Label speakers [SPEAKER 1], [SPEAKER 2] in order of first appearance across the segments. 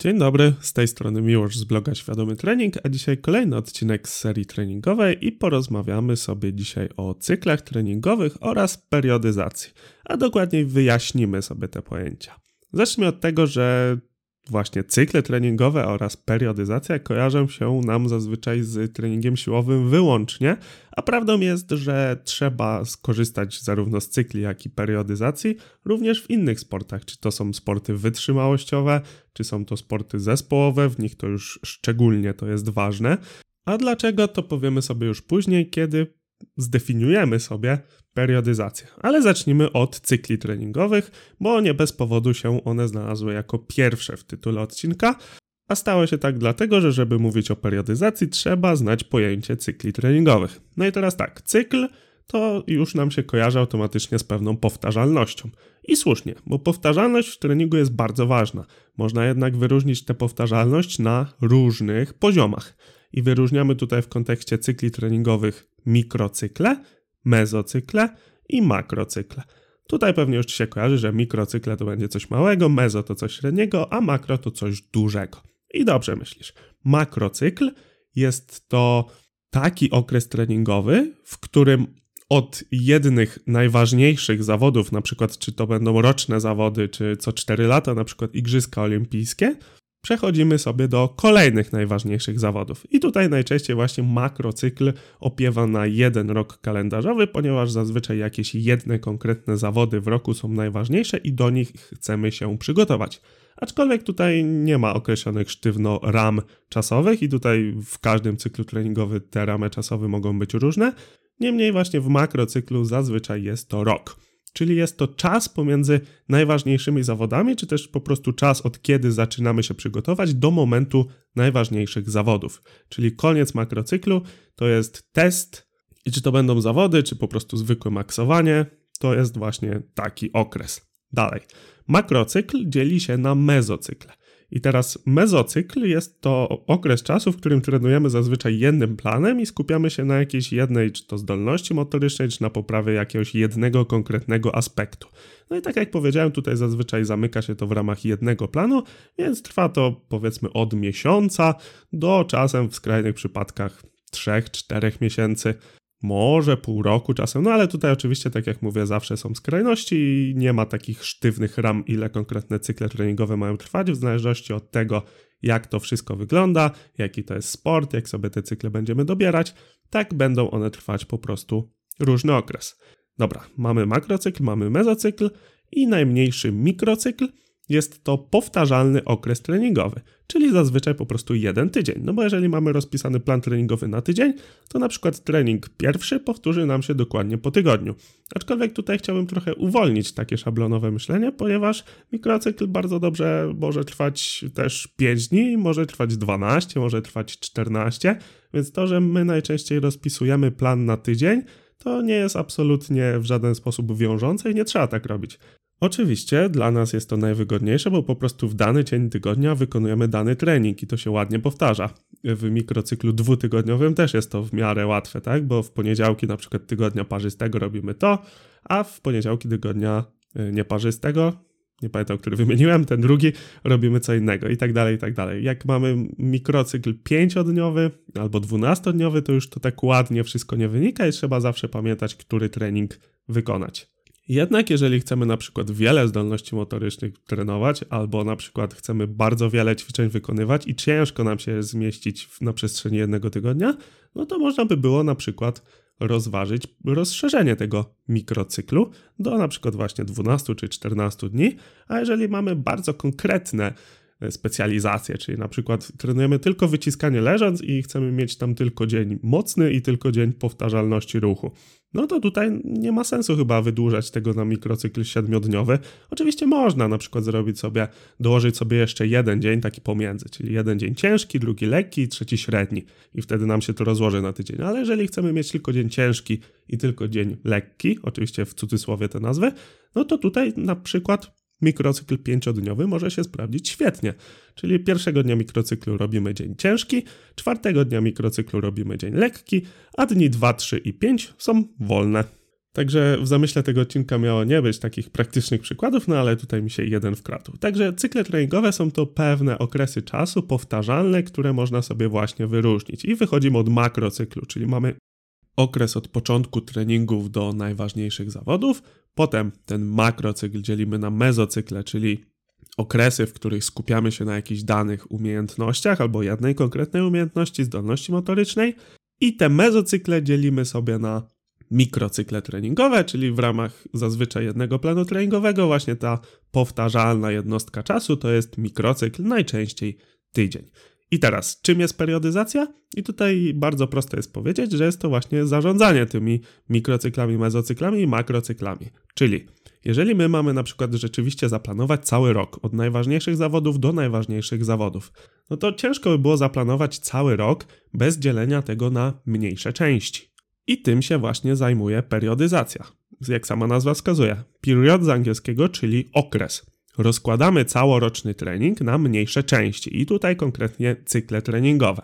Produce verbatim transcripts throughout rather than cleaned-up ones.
[SPEAKER 1] Dzień dobry, z tej strony Miłosz z bloga Świadomy Trening, a dzisiaj kolejny odcinek z serii treningowej i porozmawiamy sobie dzisiaj o cyklach treningowych oraz periodyzacji, a dokładniej wyjaśnimy sobie te pojęcia. Zacznijmy od tego, że właśnie cykle treningowe oraz periodyzacja kojarzą się nam zazwyczaj z treningiem siłowym wyłącznie, a prawdą jest, że trzeba skorzystać zarówno z cykli, jak i periodyzacji również w innych sportach, czy to są sporty wytrzymałościowe, czy są to sporty zespołowe, w nich to już szczególnie to jest ważne. A dlaczego, to powiemy sobie już później, kiedy zdefiniujemy sobie periodyzację. Ale zacznijmy od cykli treningowych, bo nie bez powodu się one znalazły jako pierwsze w tytule odcinka, a stało się tak dlatego, że żeby mówić o periodyzacji, trzeba znać pojęcie cykli treningowych. No i teraz tak, cykl to już nam się kojarzy automatycznie z pewną powtarzalnością. I słusznie, bo powtarzalność w treningu jest bardzo ważna. Można jednak wyróżnić tę powtarzalność na różnych poziomach. I wyróżniamy tutaj w kontekście cykli treningowych mikrocykle, mezocykle i makrocykle. Tutaj pewnie już Ci się kojarzy, że mikrocykle to będzie coś małego, mezo to coś średniego, a makro to coś dużego. I dobrze myślisz. Makrocykl jest to taki okres treningowy, w którym od jednych najważniejszych zawodów, na przykład czy to będą roczne zawody, czy co cztery lata, na przykład Igrzyska Olimpijskie, przechodzimy sobie do kolejnych najważniejszych zawodów. I tutaj najczęściej właśnie makrocykl opiewa na jeden rok kalendarzowy, ponieważ zazwyczaj jakieś jedne konkretne zawody w roku są najważniejsze i do nich chcemy się przygotować. Aczkolwiek tutaj nie ma określonych sztywno ram czasowych i tutaj w każdym cyklu treningowym te ramy czasowe mogą być różne. Niemniej właśnie w makrocyklu zazwyczaj jest to rok. Czyli jest to czas pomiędzy najważniejszymi zawodami, czy też po prostu czas od kiedy zaczynamy się przygotować do momentu najważniejszych zawodów. Czyli koniec makrocyklu to jest test i czy to będą zawody, czy po prostu zwykłe maksowanie, to jest właśnie taki okres. Dalej. Makrocykl dzieli się na mezocykle. I teraz mezocykl jest to okres czasu, w którym trenujemy zazwyczaj jednym planem i skupiamy się na jakiejś jednej, czy to zdolności motorycznej, czy na poprawie jakiegoś jednego konkretnego aspektu. No i tak jak powiedziałem, tutaj zazwyczaj zamyka się to w ramach jednego planu, więc trwa to powiedzmy od miesiąca do czasem w skrajnych przypadkach trzech czterech miesięcy. Może pół roku czasem, no ale tutaj oczywiście, tak jak mówię, zawsze są skrajności i nie ma takich sztywnych ram, ile konkretne cykle treningowe mają trwać, w zależności od tego, jak to wszystko wygląda, jaki to jest sport, jak sobie te cykle będziemy dobierać, tak będą one trwać po prostu różny okres. Dobra, mamy makrocykl, mamy mezocykl i najmniejszy mikrocykl. Jest to powtarzalny okres treningowy, czyli zazwyczaj po prostu jeden tydzień. No bo jeżeli mamy rozpisany plan treningowy na tydzień, to na przykład trening pierwszy powtórzy nam się dokładnie po tygodniu. Aczkolwiek tutaj chciałbym trochę uwolnić takie szablonowe myślenie, ponieważ mikrocykl bardzo dobrze może trwać też pięć dni, może trwać dwanaście, może trwać czternaście, więc to, że my najczęściej rozpisujemy plan na tydzień, to nie jest absolutnie w żaden sposób wiążące i nie trzeba tak robić. Oczywiście dla nas jest to najwygodniejsze, bo po prostu w dany dzień tygodnia wykonujemy dany trening i to się ładnie powtarza. W mikrocyklu dwutygodniowym też jest to w miarę łatwe, tak? Bo w poniedziałki na przykład tygodnia parzystego robimy to, a w poniedziałki tygodnia nieparzystego, nie pamiętam, który wymieniłem, ten drugi, robimy co innego i tak dalej, i tak dalej. Jak mamy mikrocykl pięciodniowy albo dwunastodniowy, to już to tak ładnie wszystko nie wynika i trzeba zawsze pamiętać, który trening wykonać. Jednak jeżeli chcemy na przykład wiele zdolności motorycznych trenować, albo na przykład chcemy bardzo wiele ćwiczeń wykonywać i ciężko nam się zmieścić na przestrzeni jednego tygodnia, no to można by było na przykład rozważyć rozszerzenie tego mikrocyklu do na przykład właśnie dwunastu czy czternastu dni, a jeżeli mamy bardzo konkretne specjalizacje, czyli na przykład trenujemy tylko wyciskanie leżąc i chcemy mieć tam tylko dzień mocny i tylko dzień powtarzalności ruchu. No to tutaj nie ma sensu chyba wydłużać tego na mikrocykl siedmiodniowy. Oczywiście można na przykład zrobić sobie, dołożyć sobie jeszcze jeden dzień taki pomiędzy, czyli jeden dzień ciężki, drugi lekki, trzeci średni i wtedy nam się to rozłoży na tydzień. Ale jeżeli chcemy mieć tylko dzień ciężki i tylko dzień lekki, oczywiście w cudzysłowie te nazwy, no to tutaj na przykład mikrocykl pięciodniowy może się sprawdzić świetnie. Czyli pierwszego dnia mikrocyklu robimy dzień ciężki, czwartego dnia mikrocyklu robimy dzień lekki, a dni dwa, trzy i pięć są wolne. Także w zamyśle tego odcinka miało nie być takich praktycznych przykładów, no ale tutaj mi się jeden wkradł. Także cykle treningowe są to pewne okresy czasu powtarzalne, które można sobie właśnie wyróżnić. I wychodzimy od makrocyklu, czyli mamy okres od początku treningów do najważniejszych zawodów. Potem ten makrocykl dzielimy na mezocykle, czyli okresy, w których skupiamy się na jakichś danych umiejętnościach albo jednej konkretnej umiejętności, zdolności motorycznej. I te mezocykle dzielimy sobie na mikrocykle treningowe, czyli w ramach zazwyczaj jednego planu treningowego właśnie ta powtarzalna jednostka czasu to jest mikrocykl, najczęściej tydzień. I teraz, czym jest periodyzacja? I tutaj bardzo prosto jest powiedzieć, że jest to właśnie zarządzanie tymi mikrocyklami, mezocyklami i makrocyklami. Czyli jeżeli my mamy na przykład rzeczywiście zaplanować cały rok, od najważniejszych zawodów do najważniejszych zawodów, no to ciężko by było zaplanować cały rok bez dzielenia tego na mniejsze części. I tym się właśnie zajmuje periodyzacja. Jak sama nazwa wskazuje, period z angielskiego, czyli okres. Rozkładamy całoroczny trening na mniejsze części i tutaj konkretnie cykle treningowe.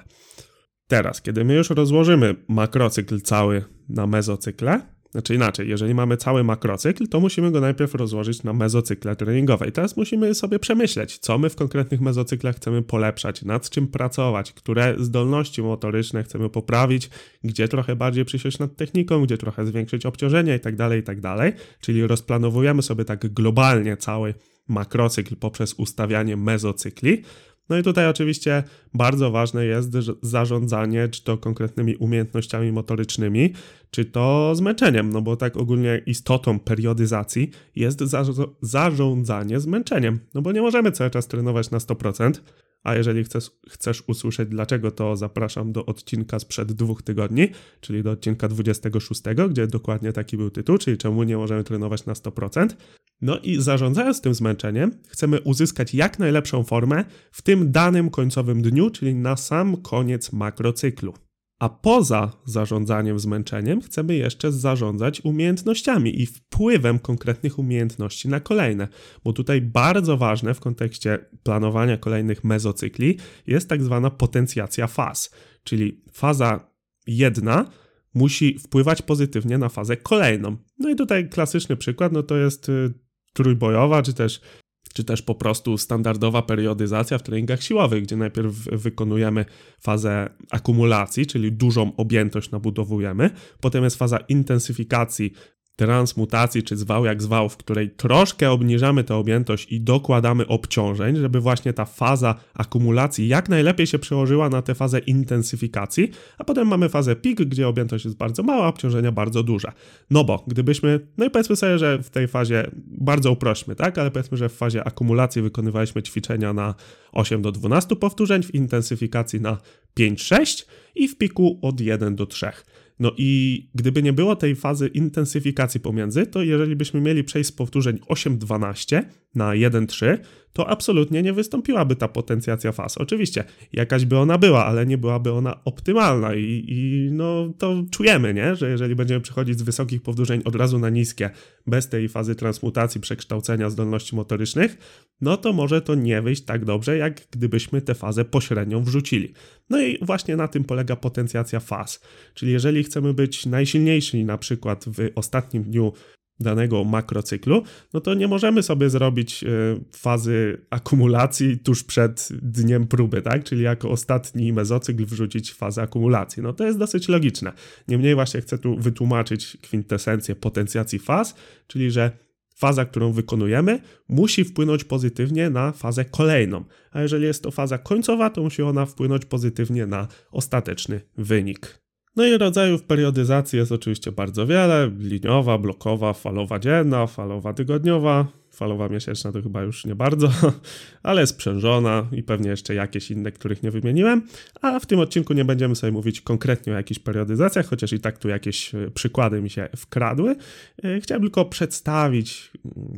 [SPEAKER 1] Teraz, kiedy my już rozłożymy makrocykl cały na mezocykle, znaczy inaczej, jeżeli mamy cały makrocykl, to musimy go najpierw rozłożyć na mezocykle treningowe. I teraz musimy sobie przemyśleć, co my w konkretnych mezocyklach chcemy polepszać, nad czym pracować, które zdolności motoryczne chcemy poprawić, gdzie trochę bardziej przysiąść nad techniką, gdzie trochę zwiększyć obciążenie itd., itd. Czyli rozplanowujemy sobie tak globalnie cały makrocykl poprzez ustawianie mezocykli. No i tutaj oczywiście bardzo ważne jest zarządzanie czy to konkretnymi umiejętnościami motorycznymi, czy to zmęczeniem, no bo tak ogólnie istotą periodyzacji jest za- zarządzanie zmęczeniem, no bo nie możemy cały czas trenować na sto procent, a jeżeli chcesz, chcesz usłyszeć dlaczego, to zapraszam do odcinka sprzed dwóch tygodni, czyli do odcinka dwudziestego szóstego, gdzie dokładnie taki był tytuł, czyli czemu nie możemy trenować na sto procent. No i zarządzając tym zmęczeniem, chcemy uzyskać jak najlepszą formę w tym danym końcowym dniu, czyli na sam koniec makrocyklu. A poza zarządzaniem zmęczeniem chcemy jeszcze zarządzać umiejętnościami i wpływem konkretnych umiejętności na kolejne, bo tutaj bardzo ważne w kontekście planowania kolejnych mezocykli jest tak zwana potencjacja faz, czyli faza jedna musi wpływać pozytywnie na fazę kolejną. No i tutaj klasyczny przykład, no to jest y, trójbojowa, czy też czy też po prostu standardowa periodyzacja w treningach siłowych, gdzie najpierw wykonujemy fazę akumulacji, czyli dużą objętość nabudowujemy, potem jest faza intensyfikacji, transmutacji, czy zwał jak zwał, w której troszkę obniżamy tę objętość i dokładamy obciążeń, żeby właśnie ta faza akumulacji jak najlepiej się przełożyła na tę fazę intensyfikacji, a potem mamy fazę peak, gdzie objętość jest bardzo mała, obciążenia bardzo duże. No bo gdybyśmy, no i powiedzmy sobie, że w tej fazie, bardzo uprośćmy, tak, ale powiedzmy, że w fazie akumulacji wykonywaliśmy ćwiczenia na osiem do dwunastu powtórzeń, w intensyfikacji na pięć sześć i w piku od jeden do trzech. No i gdyby nie było tej fazy intensyfikacji pomiędzy, to jeżeli byśmy mieli przejść z powtórzeń osiem dwanaście na jeden trzy, to absolutnie nie wystąpiłaby ta potencjacja faz. Oczywiście jakaś by ona była, ale nie byłaby ona optymalna i, i no to czujemy, nie? Że jeżeli będziemy przechodzić z wysokich powtórzeń od razu na niskie, bez tej fazy transmutacji, przekształcenia zdolności motorycznych, no to może to nie wyjść tak dobrze, jak gdybyśmy tę fazę pośrednią wrzucili. No i właśnie na tym polega potencjacja faz. Czyli jeżeli chcemy być najsilniejsi na przykład w ostatnim dniu danego makrocyklu, no to nie możemy sobie zrobić fazy akumulacji tuż przed dniem próby, tak? Czyli jako ostatni mezocykl wrzucić fazę akumulacji. No to jest dosyć logiczne. Niemniej właśnie chcę tu wytłumaczyć kwintesencję potencjacji faz, czyli że faza, którą wykonujemy, musi wpłynąć pozytywnie na fazę kolejną, a jeżeli jest to faza końcowa, to musi ona wpłynąć pozytywnie na ostateczny wynik. No i rodzajów periodyzacji jest oczywiście bardzo wiele, liniowa, blokowa, falowa dzienna, falowa tygodniowa, falowa miesięczna to chyba już nie bardzo, ale sprzężona i pewnie jeszcze jakieś inne, których nie wymieniłem, a w tym odcinku nie będziemy sobie mówić konkretnie o jakichś periodyzacjach, chociaż i tak tu jakieś przykłady mi się wkradły. Chciałem tylko przedstawić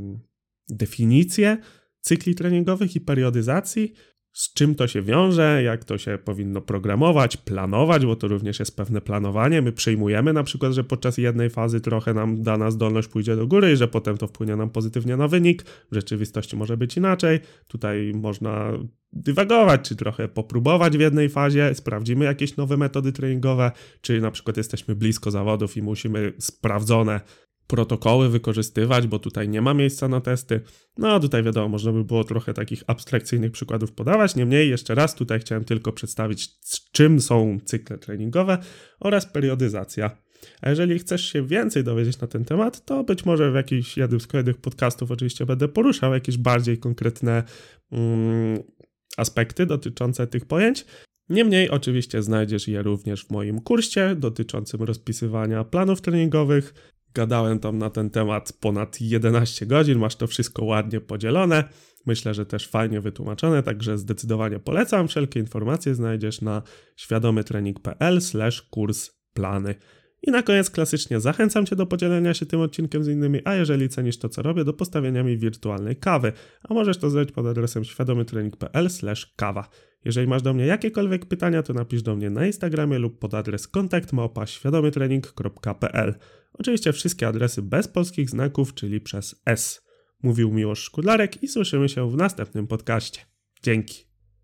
[SPEAKER 1] definicję cykli treningowych i periodyzacji, z czym to się wiąże, jak to się powinno programować, planować, bo to również jest pewne planowanie. My przyjmujemy na przykład, że podczas jednej fazy trochę nam dana zdolność pójdzie do góry i że potem to wpłynie nam pozytywnie na wynik. W rzeczywistości może być inaczej. Tutaj można dywagować, czy trochę popróbować w jednej fazie, sprawdzimy jakieś nowe metody treningowe, czy na przykład jesteśmy blisko zawodów i musimy sprawdzone protokoły wykorzystywać, bo tutaj nie ma miejsca na testy. No tutaj wiadomo, można by było trochę takich abstrakcyjnych przykładów podawać. Niemniej jeszcze raz tutaj chciałem tylko przedstawić, z czym są cykle treningowe oraz periodyzacja. A jeżeli chcesz się więcej dowiedzieć na ten temat, to być może w jakimś jednym z kolejnych podcastów oczywiście będę poruszał jakieś bardziej konkretne mm, aspekty dotyczące tych pojęć. Niemniej oczywiście znajdziesz je również w moim kursie dotyczącym rozpisywania planów treningowych. Gadałem tam na ten temat ponad jedenaście godzin, masz to wszystko ładnie podzielone. Myślę, że też fajnie wytłumaczone, także zdecydowanie polecam. Wszelkie informacje znajdziesz na świadomytrening.pl slash kurs plany. I na koniec klasycznie zachęcam Cię do podzielenia się tym odcinkiem z innymi, a jeżeli cenisz to, co robię, do postawienia mi wirtualnej kawy, a możesz to zrobić pod adresem świadomytrening.pl slash kawa. Jeżeli masz do mnie jakiekolwiek pytania, to napisz do mnie na Instagramie lub pod adres kontakt małpa świadomytrening kropka p l. Oczywiście wszystkie adresy bez polskich znaków, czyli przez S. Mówił Miłosz Szkudlarek i słyszymy się w następnym podcaście. Dzięki.